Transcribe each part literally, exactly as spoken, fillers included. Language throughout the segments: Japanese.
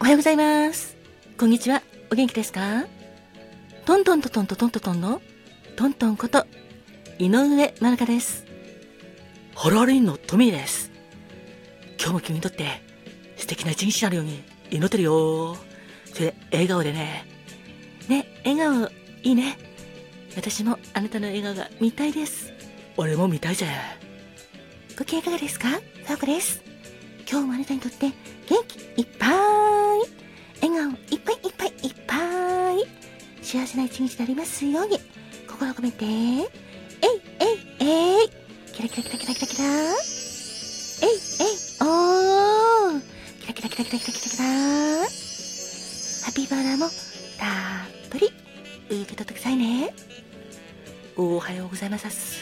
おはようございます。こんにちは。お元気ですか？トントントントントントントンのトントンこと井上まるかです。ハローリンのトミーです。今日も君にとって素敵な一日になるように祈ってるよ。それで笑顔でね。ね、笑顔いいね。私もあなたの笑顔が見たいです。俺も見たいぜ。ご機嫌いかがですか？さあこです。今日もあなたにとって元気いっぱい、笑顔いっぱいいっぱいいっぱい、幸せな一日でありますように心を込めて、えいえいえい、キラキラキラキラキラキラ、えいえいおー、キラキラキラキラキラキラキラ、ハッピーバーダーもたっぷり受け取ってくださいね。おはようございます。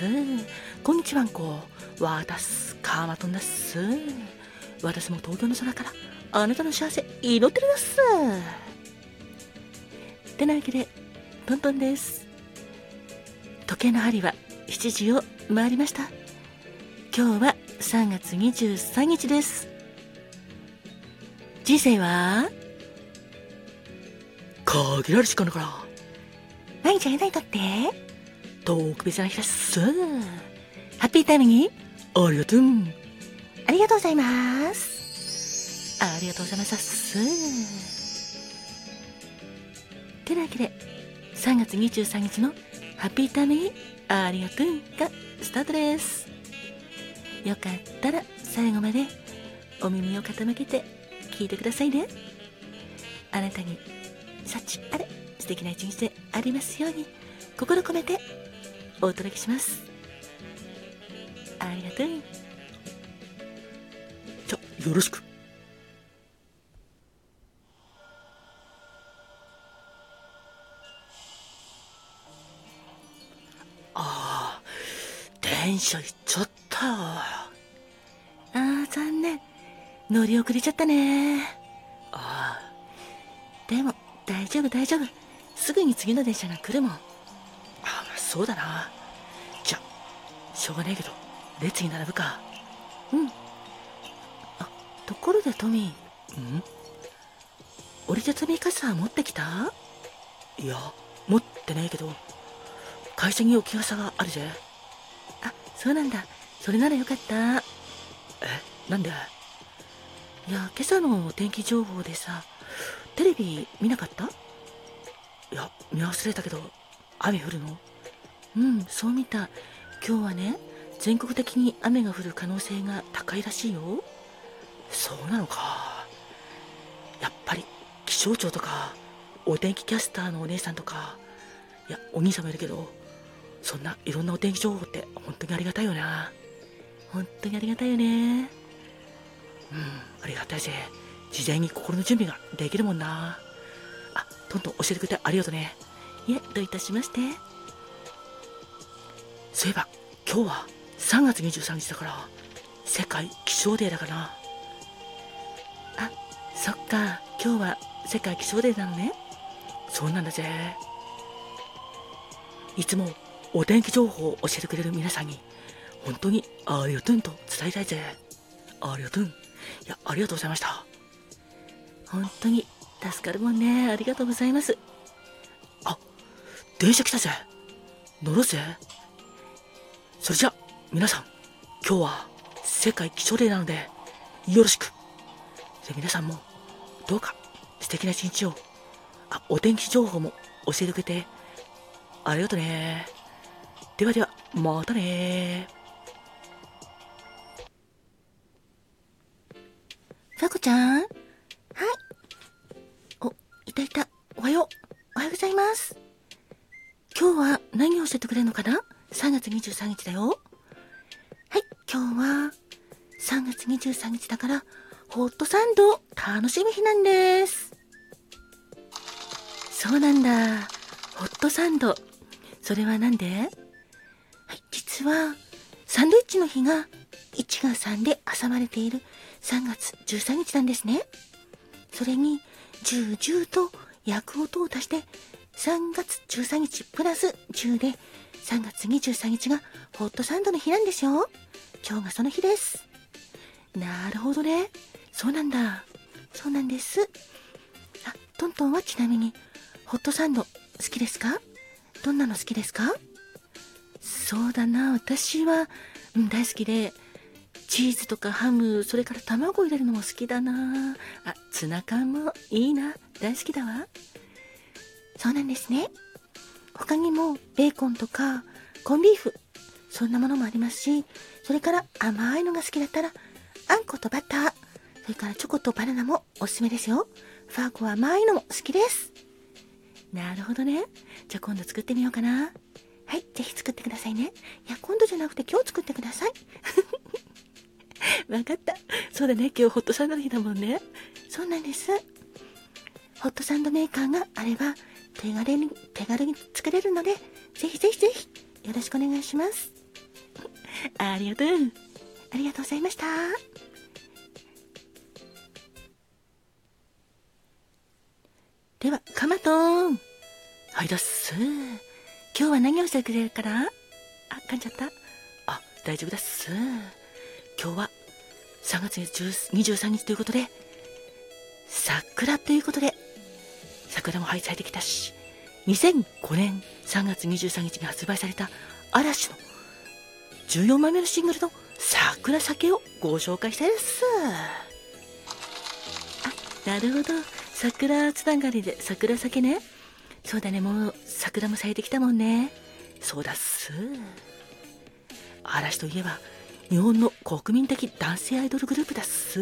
こんにちはんこ。わたすかまとんだっす。私も東京の空からあなたの幸せ祈ってるだっす。てなわけでトントンです。時計の針はしちじを回りました。今日はさんがつにじゅうさんにちです。人生は限られる時間だから毎日あなたにとって特別な日です。ハッピータイムにありがとう。ありがとうございます。ありがとうございます。てなわけでさんがつにじゅうさんにちのハッピータイムにありがとうがスタートです。よかったら最後までお耳を傾けて聞いてくださいね。あなたに幸あれ素敵な一日でありますように心込めてお届けします。ありがとう。じゃよろしく。ああ、電車行っちゃったよ。ああ、残念。乗り遅れちゃったね。ああ、でも大丈夫大丈夫。すぐに次の電車が来るもん。ああ、そうだな。じゃしょうがないけど列に並ぶか。うん。あ、ところでトミー、ん？折りたたみ傘持ってきた？いや、持ってないけど会社に置き傘があるぜ。あ、そうなんだ。それならよかった。え、なんで？いや、今朝の天気情報でさ、テレビ見なかった？いや、見忘れたけど雨降るの？うん、そう見た。今日はね、全国的に雨が降る可能性が高いらしいよ。そうなのか。やっぱり気象庁とかお天気キャスターのお姉さんとか、いやお兄さんもいるけど、そんないろんなお天気情報って本当にありがたいよな。本当にありがたいよね。うん、ありがたいぜ。事前に心の準備ができるもんな。あ、トントン教えてくれてありがとね。いえ、どういたしまして。そういえば今日はさんがつにじゅうさんにちだから世界気象デーだかな。あ、そっか、今日は世界気象デーなのね。そうなんだぜ。いつもお天気情報を教えてくれる皆さんに本当にありがとうと伝えたいぜ。ありがとう。いや、ありがとうございました。本当に助かるもんね。ありがとうございます。あ、電車来たぜ。乗ろうぜ。それじゃ皆さん、今日は世界気象デーなのでよろしく。で皆さんもどうか素敵な一日を。あ、お天気情報も教えてくれてありがとね。ではではまたね。さこちゃん。はい。お、いたいた。おはよう。おはようございます。今日は何を教えてくれるのかな？ さん 月にじゅうさんにちだよ。はい、今日はさんがつにじゅうさんにちだからホットサンド楽しみ日なんです。そうなんだ。ホットサンド。それはなんで？はい、実はサンドイッチの日がいちがさんで挟まれているさんがつじゅうさんにちなんですね。それにじゅう、じゅうと焼く音を足してさんがつじゅうさんにちプラスじゅうでさんがつにじゅうさんにちがホットサンドの日なんですよ。今日がその日です。なるほどね。そうなんだ。そうなんです。 トントンはちなみにホットサンド好きですか？どんなの好きですか？そうだな、私は、うん、大好きで、チーズとかハム、それから卵入れるのも好きだなあ。ツナ缶もいいな、大好きだわ。そうなんですね。他にもベーコンとかコンビーフ、そんなものもありますし、それから甘いのが好きだったらあんことバター、それからチョコとバナナもおすすめですよ。ファーコは甘いのも好きです。なるほどね。じゃあ今度作ってみようかな。はい、ぜひ作ってくださいね。いや、今度じゃなくて今日作ってください。わかった。そうだね、今日ホットサンドの日だもんね。そうなんです。ホットサンドメーカーがあれば手軽に手軽に作れるので、ぜひぜひぜひよろしくお願いします。ありがとう。ありがとうございました。では、カマトン。はいだっす。今日は何をしてくれるかな？あ、噛んじゃった。あ、大丈夫だっす。今日はさんがつにじゅうさんにちということで、桜ということで、桜も咲いてきたし、にせんごねんさんがつにじゅうさんにちに発売された嵐のじゅうよんまいめのシングルの桜酒をご紹介したいです。あ、なるほど。桜つながりで桜酒ね。そうだね、もう桜も咲いてきたもんね。そうだっす。嵐といえば日本の国民的男性アイドルグループだっす。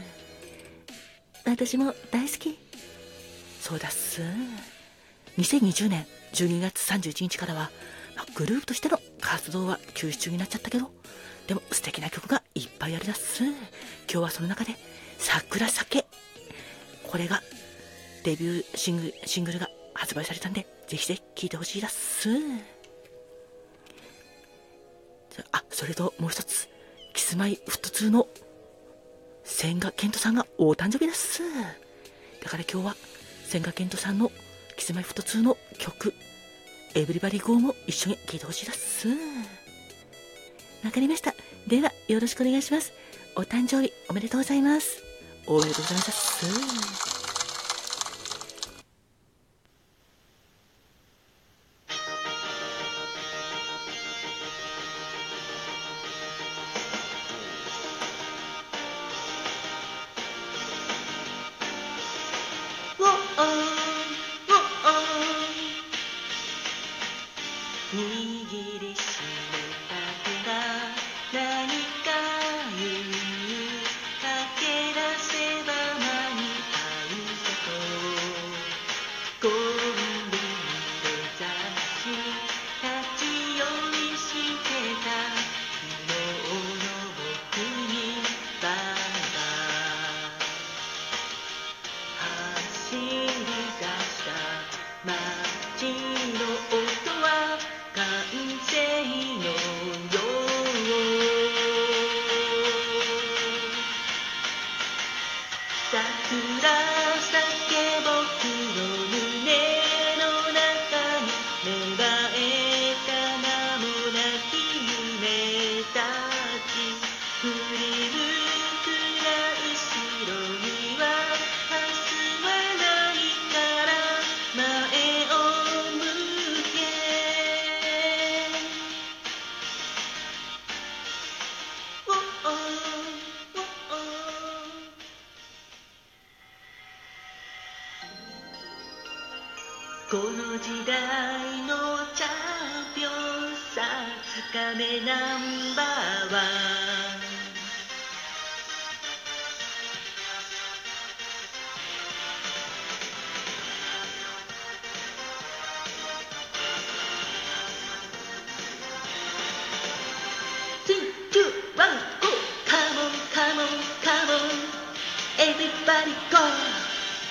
私も大好き。そうだっす。にせんにじゅうねんじゅうにがつさんじゅういちにちからは、まあ、グループとしての活動は休止中になっちゃったけど、でも素敵な曲がいっぱいあるだっす。今日はその中で桜酒、これがデビューシングル、シングルが発売されたんで、ぜひぜひ聴いてほしいだっす。あ、それともう一つ、キスマイフットツーの千賀健永さんがお誕生日だっす。だから今日は千賀健永さんのキスマイフットツーの曲エブリバディゴーも一緒に聴いてほしいだっす。わかりました。ではよろしくお願いします。お誕生日おめでとうございます。おめでとうございます。握りしめた手が何か言う、駆け出せば間に合うさと、コンビニで雑誌に立ち寄りしてた昨日の僕にバイバイ。走り出した街の音は完成のよう、桜咲け僕の胸の中に芽生えた名もなき夢たち、振り向くな後ろには明日はないから前を向け、この時代のチャンピオンさつかめナンバーワン、スリー、ツー、ワン、ゴー、カモンカモンカモン、エブリバディゴー。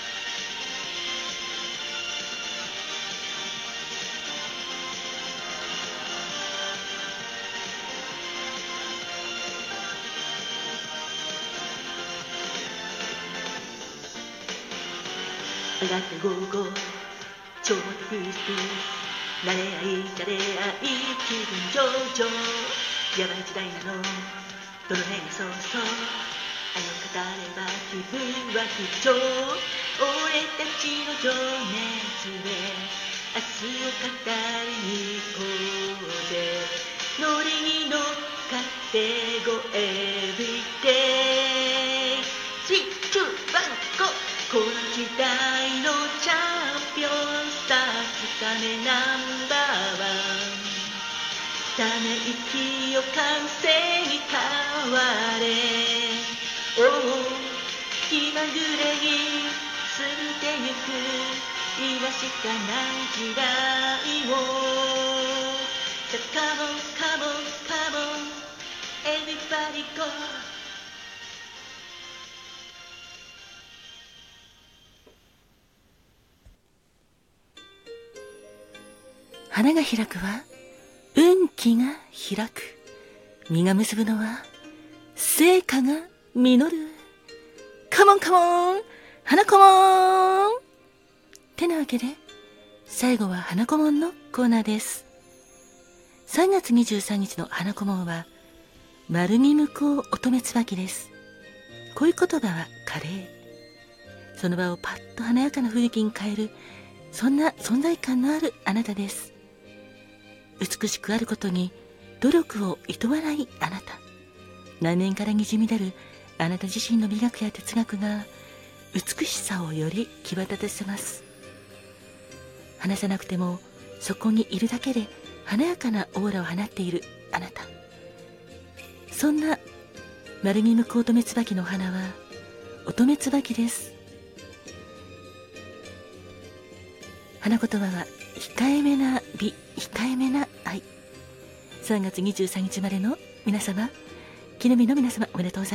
上がってゴーゴー、超フースプ慣れ合い慣れ合い気分上々、やばい時代なのどの辺がそうそう、あよ語れば気分は不調、俺たちの情熱で明日を語りに行こうぜ。ノリに乗っかって Go everyday スリー、ツー、ワン、ゴー。この時代のチャンピオンさつかめナンバーワン。ため息を完成に変われ。おお気まぐれに過ぎてゆく今しかない時代を。So come on, come on, come on, everybody go。 花が開くは運気が開く。実が結ぶのは成果が実る。カモンカモン花子もんってなわけで、最後は花子もんのコーナーです。さんがつにじゅうさんにちの花子もんは丸み向こう乙女椿です。恋言葉はカレー。その場をパッと華やかな雰囲気に変える、そんな存在感のあるあなたです。美しくあることに努力を厭わないあなた。内面からにじみ出るあなた自身の美学や哲学が美しさをより際立たせます。話さなくてもそこにいるだけで華やかなオーラを放っているあなた。そんな丸み向く乙女椿の花は乙女椿です。花言葉は控えめな美、控えめな愛。さんがつにじゅうさんにちまでの皆様、木の実の皆様、おめでとうございます。